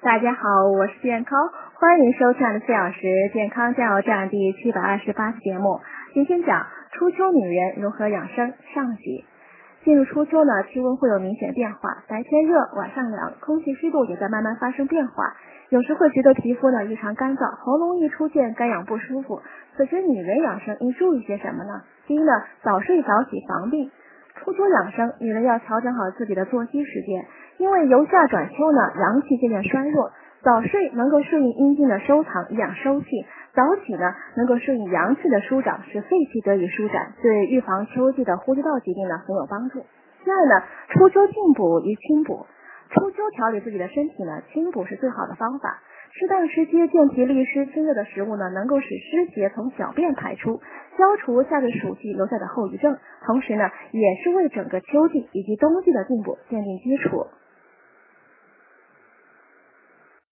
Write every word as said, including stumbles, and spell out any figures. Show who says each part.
Speaker 1: 大家好，我是健康，欢迎收看的四小时健康加油站第七百二十八期节目。今天讲初秋女人如何养生上集。进入初秋呢，气温会有明显变化，白天热，晚上凉，空气湿度也在慢慢发生变化，有时会觉得皮肤呢异常干燥，喉咙易出现干痒不舒服。此时女人养生应注意些什么呢？第一呢，早睡早起防病。初秋养生，女人要调整好自己的作息时间，因为由夏转秋呢，阳气渐渐衰弱，早睡能够顺应阴茎的收藏，以养收气；早起呢，能够顺应阳气的舒长，使肺气得以舒展，对预防秋季的呼吸道疾病呢很有帮助。第二呢，初秋进补与清补。初秋调理自己的身体呢，清补是最好的方法。适当吃些健脾利湿、清热的食物呢，能够使湿邪从小便排出，消除夏日暑气留下的后遗症，同时呢，也是为整个秋季以及冬季的进补奠定基础。